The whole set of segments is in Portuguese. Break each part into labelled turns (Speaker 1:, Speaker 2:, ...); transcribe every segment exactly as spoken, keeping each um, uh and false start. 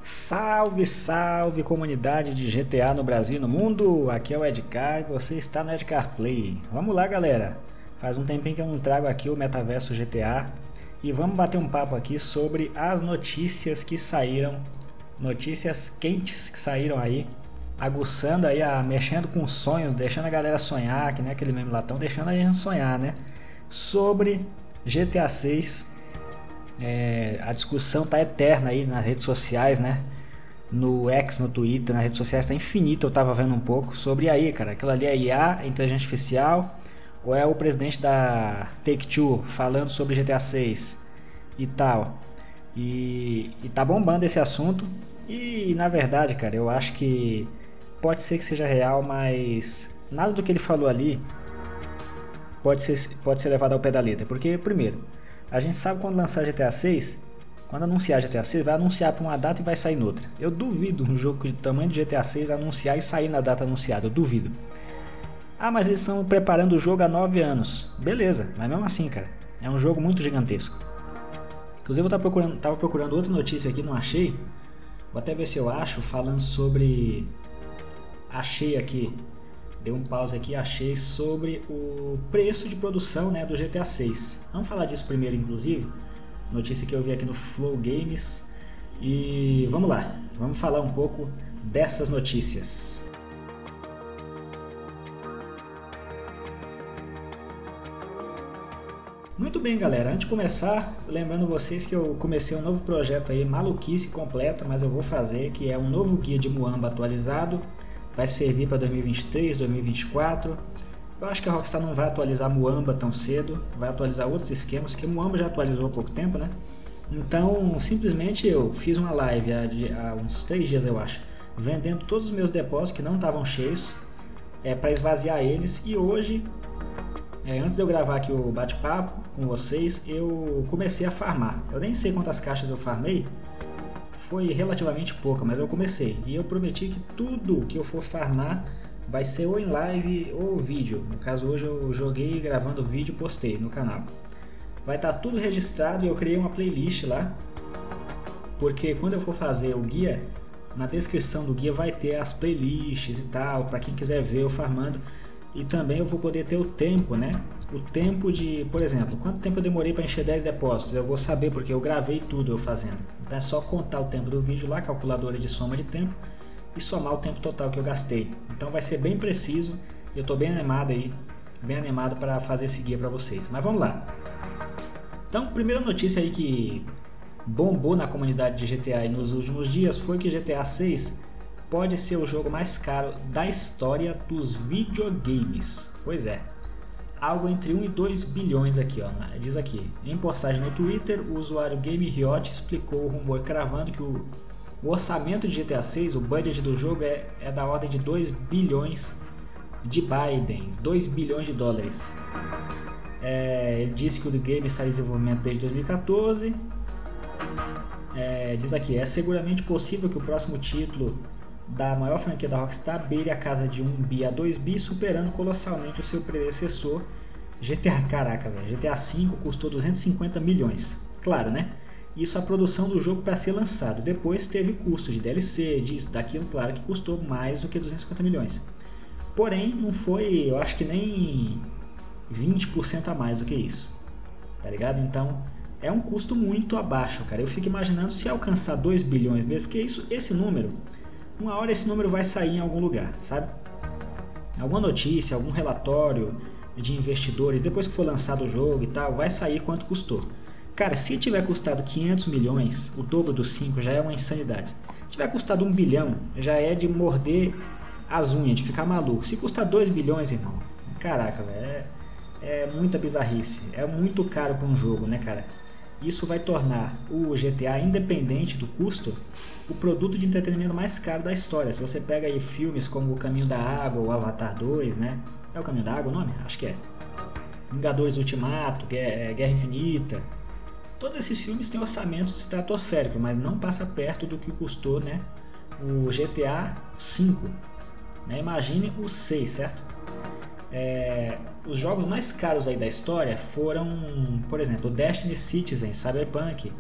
Speaker 1: Salve, salve comunidade de G T A no Brasil e no mundo! Aqui é o Edcar e você está no Edcar Play. Vamos lá, galera! Faz um tempinho que eu não trago aqui o Metaverso G T A e vamos bater um papo aqui sobre as notícias que saíram, notícias quentes que saíram aí, aguçando aí, a, mexendo com sonhos, deixando a galera sonhar, que nem aquele meme lá, tão deixando a gente sonhar, né? Sobre G T A seis. É, a discussão tá eterna aí nas redes sociais, né? No X, no Twitter, nas redes sociais tá infinita. Eu tava vendo um pouco sobre aí, cara. Aquilo ali é I A, inteligência artificial, ou é o presidente da Take-Two falando sobre G T A seis e tal. E, e tá bombando esse assunto. E na verdade, cara, eu acho que pode ser que seja real, mas nada do que ele falou ali pode ser, pode ser levado ao pé da letra. Porque, primeiro, a gente sabe quando lançar G T A seis, quando anunciar G T A seis, vai anunciar para uma data e vai sair noutra. Eu duvido um jogo de tamanho de G T A seis anunciar e sair na data anunciada, eu duvido. Ah, mas eles estão preparando o jogo há nove anos. Beleza, mas mesmo assim, cara, é um jogo muito gigantesco. Inclusive eu estava procurando, tava procurando outra notícia aqui, não achei. Vou até ver se eu acho, falando sobre... Achei aqui, dei um pause aqui, achei sobre o preço de produção, né, do G T A seis. Vamos falar disso primeiro, inclusive. Notícia que eu vi aqui no Flow Games. E vamos lá, vamos falar um pouco dessas notícias. Muito bem, galera, antes de começar, lembrando vocês que eu comecei um novo projeto aí, maluquice completa, mas eu vou fazer, que é um novo guia de Muamba atualizado. Vai servir para dois mil e vinte e três, dois mil e vinte e quatro. Eu acho que a Rockstar não vai atualizar Muamba tão cedo, vai atualizar outros esquemas, porque Muamba já atualizou há pouco tempo, né? Então, simplesmente eu fiz uma live há, há uns três dias, eu acho, vendendo todos os meus depósitos que não estavam cheios, é, para esvaziar eles. E hoje, é, antes de eu gravar aqui o bate-papo com vocês, eu comecei a farmar. Eu nem sei quantas caixas eu farmei, foi relativamente pouca, mas eu comecei. E eu prometi que tudo que eu for farmar vai ser ou em live ou vídeo. No caso, hoje eu joguei gravando vídeo e postei no canal. Vai estar tudo registrado e eu criei uma playlist lá. Porque quando eu for fazer o guia, na descrição do guia vai ter as playlists e tal, para quem quiser ver eu farmando. E também eu vou poder ter o tempo, né? O tempo de, por exemplo, quanto tempo eu demorei para encher dez depósitos, eu vou saber porque eu gravei tudo eu fazendo. Então é só contar o tempo do vídeo lá, calculadora de soma de tempo, e somar o tempo total que eu gastei. Então vai ser bem preciso, e eu estou bem animado aí, bem animado para fazer esse guia para vocês. Mas vamos lá. Então, primeira notícia aí que bombou na comunidade de G T A aí nos últimos dias foi que G T A seis pode ser o jogo mais caro da história dos videogames. Pois é, algo entre um e dois bilhões aqui, ó, diz aqui. Em postagem no Twitter, o usuário Game Riot explicou o rumor cravando que o, o orçamento de G T A seis, o budget do jogo é, é da ordem de dois bilhões de Biden, dois bilhões de dólares. É, ele disse que o game está em desenvolvimento desde dois mil e quatorze. É, diz aqui, é seguramente possível que o próximo título da maior franquia da Rockstar beire a casa de um bi a dois bi, superando colossalmente o seu predecessor G T A. Caraca, velho, G T A cinco custou duzentos e cinquenta milhões. Claro, né? Isso a produção do jogo para ser lançado. Depois teve custo de D L C, disso, daquilo, claro que custou mais do que duzentos e cinquenta milhões. Porém, não foi, eu acho que nem vinte por cento a mais do que isso. Tá ligado? Então, é um custo muito abaixo, cara. Eu fico imaginando se alcançar dois bilhões mesmo, porque isso, esse número, uma hora esse número vai sair em algum lugar, sabe? Alguma notícia, algum relatório de investidores, depois que for lançado o jogo e tal, vai sair quanto custou. Cara, se tiver custado quinhentos milhões, o dobro dos cinco já é uma insanidade. Se tiver custado um bilhão, já é de morder as unhas, de ficar maluco. Se custar dois bilhões, irmão, caraca, velho, é, é muita bizarrice. É muito caro para um jogo, né, cara? Isso vai tornar o G T A, independente do custo, o produto de entretenimento mais caro da história. Se você pega aí filmes como O Caminho da Água, o Avatar dois, né? É O Caminho da Água o nome? Acho que é. Vingadores Ultimato, Guerra Infinita. Todos esses filmes têm orçamentos estratosféricos, mas não passa perto do que custou, né, o G T A cinco. Né? Imagine o seis, certo? É, os jogos mais caros aí da história foram, por exemplo, Destiny, Citizen, Cyberpunk,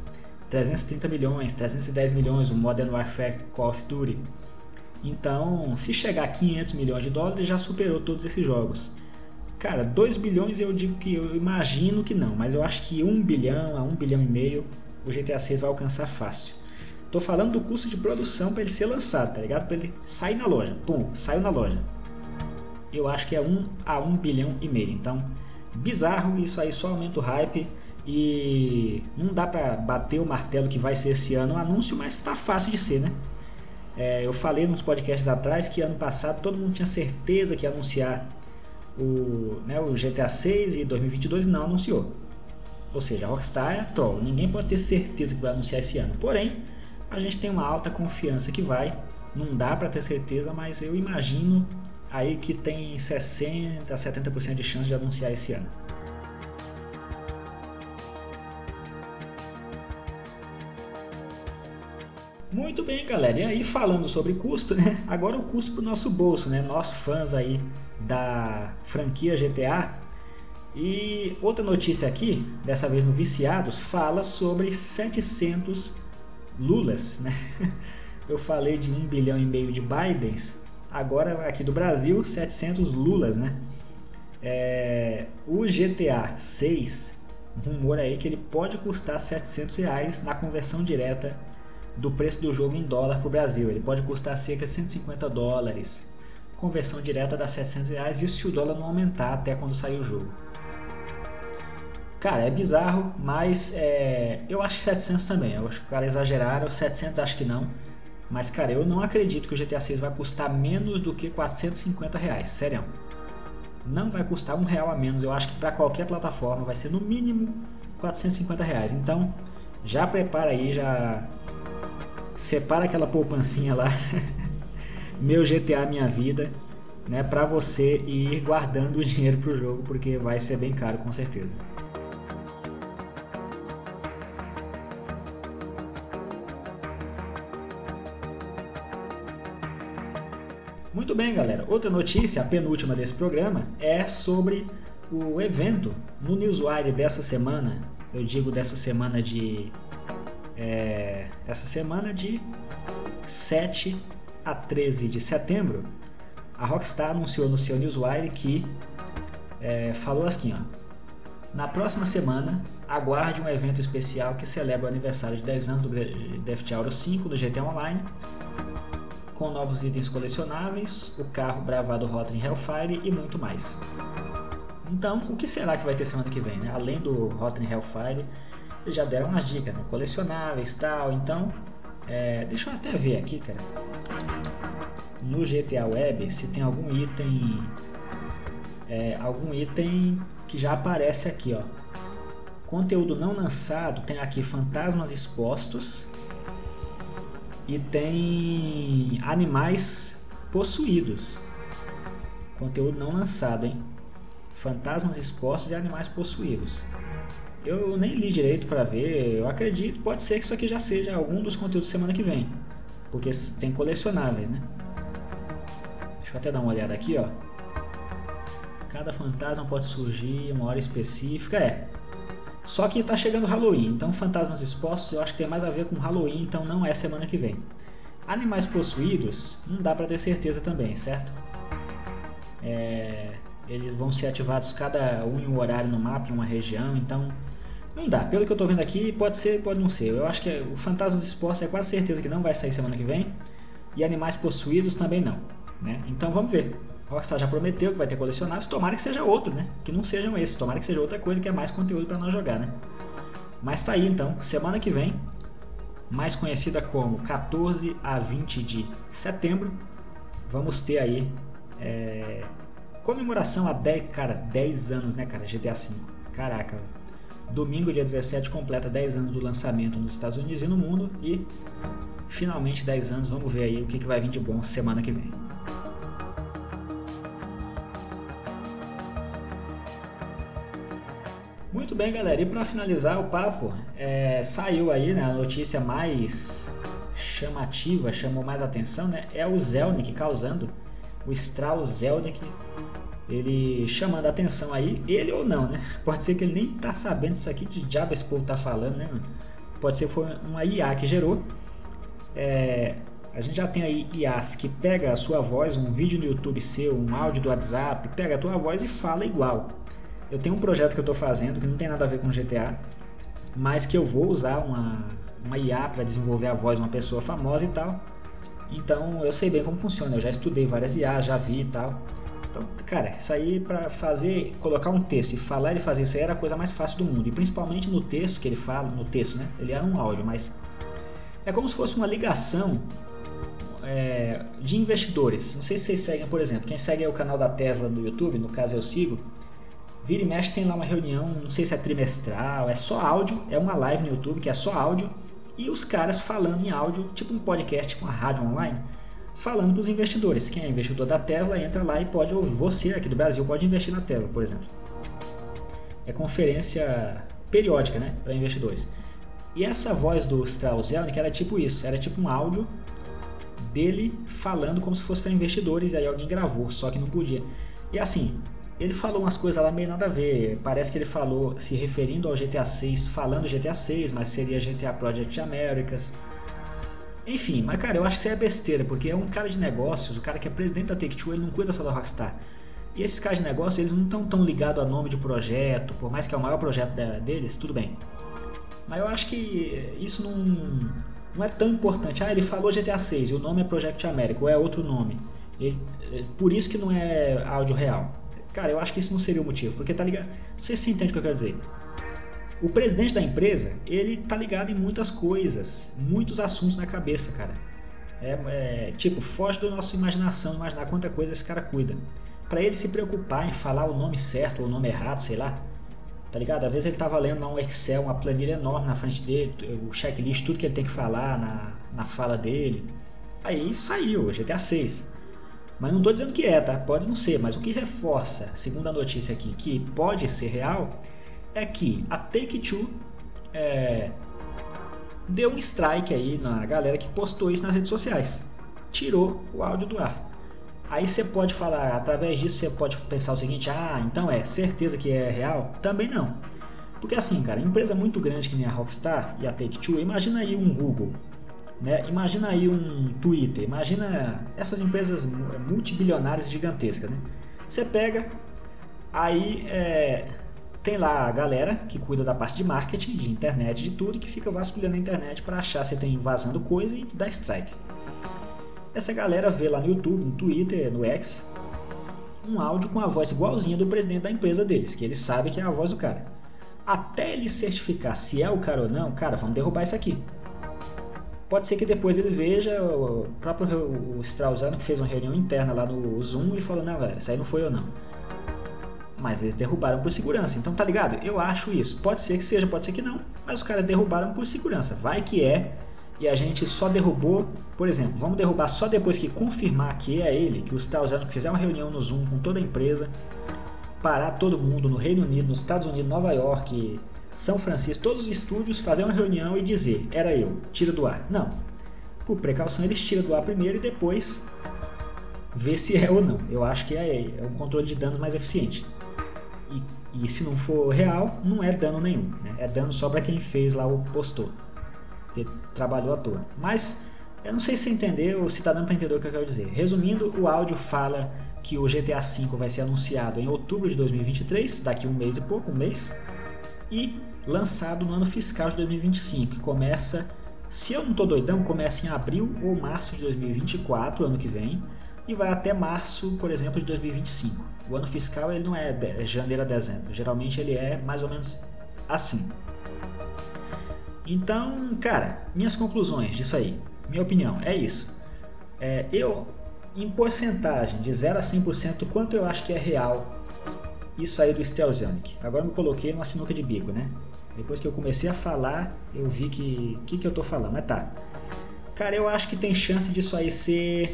Speaker 1: trezentos e trinta milhões, trezentos e dez milhões o Modern Warfare Call of Duty. Então, se chegar a quinhentos milhões de dólares, já superou todos esses jogos. Cara, dois bilhões eu digo que eu imagino que não, mas eu acho que um bilhão a um bilhão e meio o G T A seis vai alcançar fácil. Tô falando do custo de produção para ele ser lançado, tá ligado? Para ele sair na loja. Pum, saiu na loja. Eu acho que é um a um bilhão e meio. Então, bizarro, isso aí só aumenta o hype. E não dá pra bater o martelo que vai ser esse ano o anúncio, mas tá fácil de ser, né? É, eu falei nos podcasts atrás que ano passado todo mundo tinha certeza que ia anunciar o, né, o G T A seis e dois mil e vinte e dois não anunciou. Ou seja, a Rockstar é troll, ninguém pode ter certeza que vai anunciar esse ano. Porém, a gente tem uma alta confiança que vai, não dá pra ter certeza, mas eu imagino aí que tem sessenta a setenta por cento de chance de anunciar esse ano. Muito bem, galera, e aí falando sobre custo, né? Agora o custo para o nosso bolso, né? Nós fãs aí da franquia G T A. E outra notícia aqui, dessa vez no Viciados, fala sobre setecentos lulas, né? Eu falei de um bilhão e meio de Bidens, agora aqui do Brasil, setecentos lulas, né? É, o G T A seis, um rumor aí que ele pode custar setecentos reais na conversão direta do preço do jogo em dólar para o Brasil. Ele pode custar cerca de cento e cinquenta dólares. Conversão direta dá setecentos reais, isso se o dólar não aumentar até quando sair o jogo. Cara, é bizarro, mas é, eu acho que setecentos também. Eu acho que o cara exageraram, setecentos acho que não. Mas cara, eu não acredito que o G T A seis vai custar menos do que quatrocentos e cinquenta reais, sério. Não vai custar um real a menos, eu acho que para qualquer plataforma vai ser no mínimo quatrocentos e cinquenta reais. Então, já prepara aí, já separa aquela poupancinha lá, meu G T A Minha Vida, né, para você ir guardando o dinheiro pro jogo, porque vai ser bem caro com certeza. Muito bem, galera. Outra notícia, a penúltima desse programa, é sobre o evento no Newswire dessa semana. Eu digo dessa semana de É, essa semana de sete a treze de setembro, a Rockstar anunciou no seu Newswire que é, falou assim, ó, na próxima semana aguarde um evento especial que celebra o aniversário de dez anos do Theft Auto cinco do G T A Online, com novos itens colecionáveis, o carro bravado Hot in Hellfire e muito mais. Então, o que será que vai ter semana que vem, né? Além do Hot in Hellfire, eles já deram umas dicas, né? Colecionáveis e tal. Então, é, deixa eu até ver aqui, cara, no G T A Web se tem algum item, é, algum item que já aparece aqui, ó. Conteúdo não lançado, tem aqui fantasmas expostos e tem animais possuídos. Conteúdo não lançado, hein? Fantasmas expostos e animais possuídos. Eu nem li direito para ver, eu acredito, pode ser que isso aqui já seja algum dos conteúdos semana que vem, porque tem colecionáveis, né? Deixa eu até dar uma olhada aqui, ó. Cada fantasma pode surgir em uma hora específica, é. Só que tá chegando Halloween, então fantasmas expostos eu acho que tem mais a ver com Halloween, então não é semana que vem. Animais possuídos, não dá para ter certeza também, certo? É... Eles vão ser ativados cada um em um horário no mapa, em uma região, então não dá. Pelo que eu tô vendo aqui, pode ser, pode não ser. Eu acho que o Fantasmas Expostos é quase certeza que não vai sair semana que vem, e Animais Possuídos também não, né? Então vamos ver. O Rockstar já prometeu que vai ter colecionáveis, tomara que seja outro, né? Que não sejam esses, tomara que seja outra coisa, que é mais conteúdo para nós jogar, né? Mas tá aí então, semana que vem, mais conhecida como quatorze a vinte de setembro, vamos ter aí é... comemoração a dez, cara, dez anos, né, cara, G T A cinco. Caraca, domingo, dia dezessete, completa dez anos do lançamento nos Estados Unidos e no mundo. E finalmente dez anos, vamos ver aí o que, que vai vir de bom semana que vem. Muito bem, galera, e para finalizar o papo, é, saiu aí, né, a notícia mais chamativa, chamou mais atenção, né, é o Zelnick causando, o Strauss Zelnick, ele chamando a atenção aí, ele ou não, né? Pode ser que ele nem tá sabendo disso aqui, de diabo esse povo tá falando, né, mano? pode ser que foi uma I A que gerou. É, a gente já tem aí I As que pega a sua voz, um vídeo no YouTube seu, um áudio do WhatsApp, pega a tua voz e fala igual. Eu tenho um projeto que eu estou fazendo que não tem nada a ver com G T A, mas que eu vou usar uma, uma I A para desenvolver a voz de uma pessoa famosa e tal. Então eu sei bem como funciona, eu já estudei várias I As, já vi e tal. Então, cara, isso aí para fazer, colocar um texto e falar e fazer isso aí era a coisa mais fácil do mundo. E principalmente no texto que ele fala, no texto, né? Ele era um áudio, mas é como se fosse uma ligação é, de investidores. Não sei se vocês seguem, por exemplo, quem segue o canal da Tesla no YouTube, no caso eu sigo, vira e mexe tem lá uma reunião, não sei se é trimestral, é só áudio, é uma live no YouTube que é só áudio, e os caras falando em áudio, tipo um podcast com a rádio online, falando para os investidores. Quem é investidor da Tesla entra lá e pode ouvir. Você aqui do Brasil pode investir na Tesla, por exemplo. É conferência periódica, né, para investidores. E essa voz do Strauss-Zelnick era tipo isso, era tipo um áudio dele falando como se fosse para investidores, e aí alguém gravou, só que não podia. E assim, ele falou umas coisas lá meio nada a ver, parece que ele falou se referindo ao G T A seis, falando G T A seis, mas seria G T A Project Americas. Enfim, mas cara, eu acho que isso é besteira, porque é um cara de negócios, o cara que é presidente da Take-Two, ele não cuida só da Rockstar. E esses caras de negócio, eles não estão tão ligados a nome de projeto, por mais que é o maior projeto deles, tudo bem. Mas eu acho que isso não, não é tão importante. Ah, ele falou G T A seis e o nome é Project America, ou é outro nome. Ele, por isso que não é áudio real. Cara, eu acho que isso não seria o motivo, porque tá ligado... Não sei se você entende o que eu quero dizer. O presidente da empresa, ele tá ligado em muitas coisas, muitos assuntos na cabeça, cara. É, é, tipo, foge da nossa imaginação, imaginar quanta coisa esse cara cuida. Pra ele se preocupar em falar o nome certo ou o nome errado, sei lá, tá ligado? Às vezes ele tava lendo lá um Excel, uma planilha enorme na frente dele, o checklist, tudo que ele tem que falar na, na fala dele. Aí saiu, G T A seis. Mas não tô dizendo que é, tá? Pode não ser, mas o que reforça, segundo a notícia aqui, que pode ser real, é que a Take-Two é, deu um strike aí na galera que postou isso nas redes sociais. Tirou o áudio do ar. Aí você pode falar, através disso você pode pensar o seguinte, ah, então é, certeza que é real? Também não. Porque assim, cara, empresa muito grande que nem a Rockstar e a Take-Two, imagina aí um Google, né? Imagina aí um Twitter, imagina essas empresas multibilionárias gigantescas, né? Você pega, aí é, tem lá a galera que cuida da parte de marketing, de internet, de tudo, que fica vasculhando a internet para achar se tem vazando coisa e dá strike. Essa galera vê lá no YouTube, no Twitter, no X, um áudio com a voz igualzinha do presidente da empresa deles, que eles sabem que é a voz do cara. Até ele certificar se é o cara ou não, cara, vamos derrubar isso aqui. Pode ser que depois ele veja, o próprio o Strauss-Zelnick fez uma reunião interna lá no Zoom e falou, não galera, isso aí não foi eu não. Mas eles derrubaram por segurança, então tá ligado? Eu acho isso, pode ser que seja, pode ser que não, mas os caras derrubaram por segurança, vai que é, e a gente só derrubou, por exemplo, vamos derrubar só depois que confirmar que é ele, que o Strauss-Zelnick fizer uma reunião no Zoom com toda a empresa, parar todo mundo no Reino Unido, nos Estados Unidos, Nova York, São Francisco, todos os estúdios, fazer uma reunião e dizer, era eu, tira do ar. Não, por precaução eles tiram do ar primeiro e depois ver se é ou não. Eu acho que é, é um controle de danos mais eficiente. E, e se não for real, não é dano nenhum, né? É dano só para quem fez lá o postou, que trabalhou à toa. Mas eu não sei se você entendeu ou se está dando para entender o que eu quero dizer. Resumindo, o áudio fala que o G T A cinco vai ser anunciado em outubro de dois mil e vinte e três, daqui um mês e pouco, um mês, e lançado no ano fiscal de dois mil e vinte e cinco, que começa, se eu não estou doidão, começa em abril ou março de dois mil e vinte e quatro, ano que vem, e vai até março, por exemplo, de dois mil e vinte e cinco. O ano fiscal ele não é de janeiro a dezembro, geralmente ele é mais ou menos assim. Então, cara, minhas conclusões disso aí, minha opinião, é isso. É, eu, em porcentagem, de zero a cem por cento, quanto eu acho que é real isso aí do Strauss-Zelnick. Agora me coloquei numa sinuca de bico, né? Depois que eu comecei a falar, eu vi que... O que, que eu tô falando? Mas tá. Cara, eu acho que tem chance disso aí ser...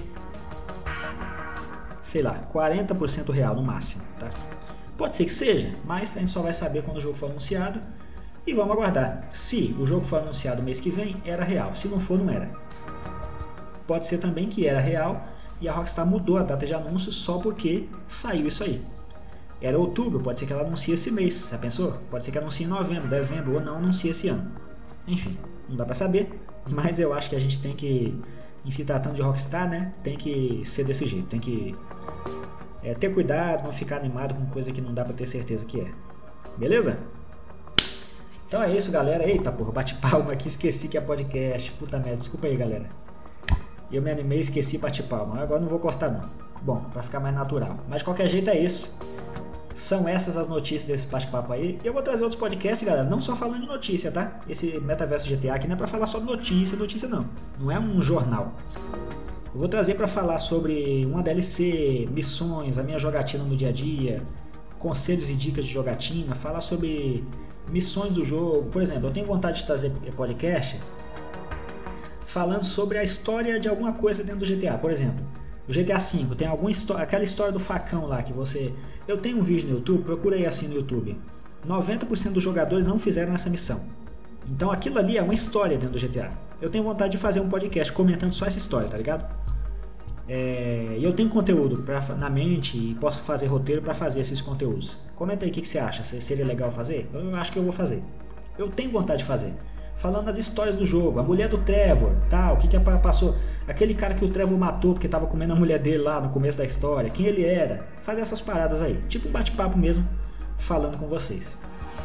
Speaker 1: sei lá, quarenta por cento real no máximo, tá? Pode ser que seja, mas a gente só vai saber quando o jogo for anunciado. E vamos aguardar. Se o jogo for anunciado mês que vem, era real. Se não for, não era. Pode ser também que era real e a Rockstar mudou a data de anúncio só porque saiu isso aí. Era outubro, pode ser que ela anuncie esse mês, já pensou? Pode ser que anuncie em novembro, dezembro ou não anuncie esse ano. Enfim. não dá pra saber, mas eu acho que a gente tem que, em se tratando de Rockstar, né, tem que ser desse jeito, tem que é, ter cuidado, não ficar animado com coisa que não dá pra ter certeza que é. Beleza? Então é isso, galera. Eita porra, bate palma aqui, esqueci que é podcast. Puta merda, desculpa aí, galera. Eu me animei, esqueci, bate palma. Agora não vou cortar não. Bom, pra ficar mais natural. Mas de qualquer jeito é isso. São essas as notícias desse bate-papo aí. Eu vou trazer outros podcasts, galera, não só falando de notícia, tá? Esse Metaverso G T A aqui não é pra falar só de notícia, notícia não. Não é um jornal. Eu vou trazer pra falar sobre uma D L C, missões, a minha jogatina no dia a dia, conselhos e dicas de jogatina, falar sobre missões do jogo. Por exemplo, eu tenho vontade de trazer podcast falando sobre a história de alguma coisa dentro do G T A. Por exemplo, o G T A cinco tem alguma história, aquela história do facão lá que você... Eu tenho um vídeo no YouTube, procura aí assim no YouTube. noventa por cento dos jogadores não fizeram essa missão. Então aquilo ali é uma história dentro do G T A. Eu tenho vontade de fazer um podcast comentando só essa história, tá ligado? É, e eu tenho conteúdo pra, na mente e posso fazer roteiro para fazer esses conteúdos. Comenta aí o que, que você acha, se seria legal fazer? Eu acho que eu vou fazer. Eu tenho vontade de fazer. Falando das histórias do jogo, a mulher do Trevor, tal, o que que passou, aquele cara que o Trevor matou porque estava comendo a mulher dele lá no começo da história, quem ele era, fazer essas paradas aí, tipo um bate-papo mesmo, falando com vocês.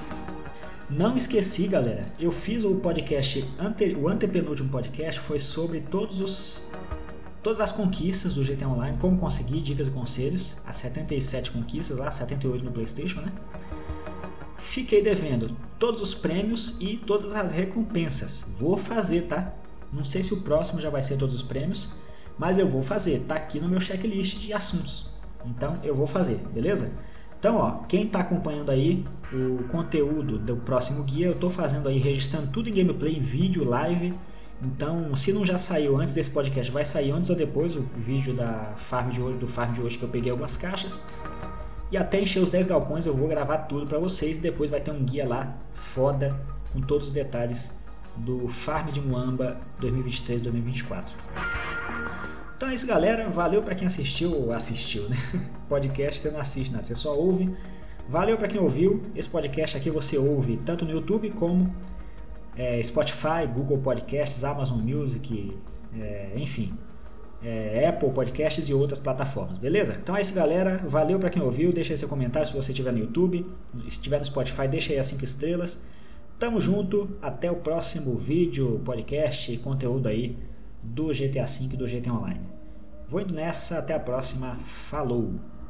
Speaker 1: Não esqueci, galera, eu fiz o podcast, ante, o antepenúltimo podcast foi sobre todos os... todas as conquistas do G T A Online, como conseguir, dicas e conselhos, as setenta e sete conquistas lá, setenta e oito no PlayStation, né? Fiquei devendo todos os prêmios e todas as recompensas. Vou fazer, tá? Não sei se o próximo já vai ser todos os prêmios, mas eu vou fazer. Tá aqui no meu checklist de assuntos. Então eu vou fazer, beleza? Então, ó, quem tá acompanhando aí o conteúdo do próximo guia, eu tô fazendo aí, registrando tudo em gameplay, em vídeo, live. Então, se não já saiu antes desse podcast, vai sair antes ou depois o vídeo da farm de hoje, do farm de hoje que eu peguei algumas caixas. E até encher os dez galpões eu vou gravar tudo pra vocês e depois vai ter um guia lá foda com todos os detalhes do farm de Muamba dois mil e vinte e três dois mil e vinte e quatro. Então é isso, galera, valeu pra quem assistiu, ou assistiu, né? Podcast você não assiste nada, você só ouve. Valeu pra quem ouviu, esse podcast aqui você ouve tanto no YouTube como é, Spotify, Google Podcasts, Amazon Music, é, enfim, é, Apple Podcasts e outras plataformas, beleza? Então é isso, galera, valeu pra quem ouviu, deixa aí seu comentário se você estiver no YouTube, se estiver no Spotify deixa aí as cinco estrelas. Tamo junto, até o próximo vídeo, podcast e conteúdo aí do G T A cinco e do G T A Online. Vou indo nessa, até a próxima, falou!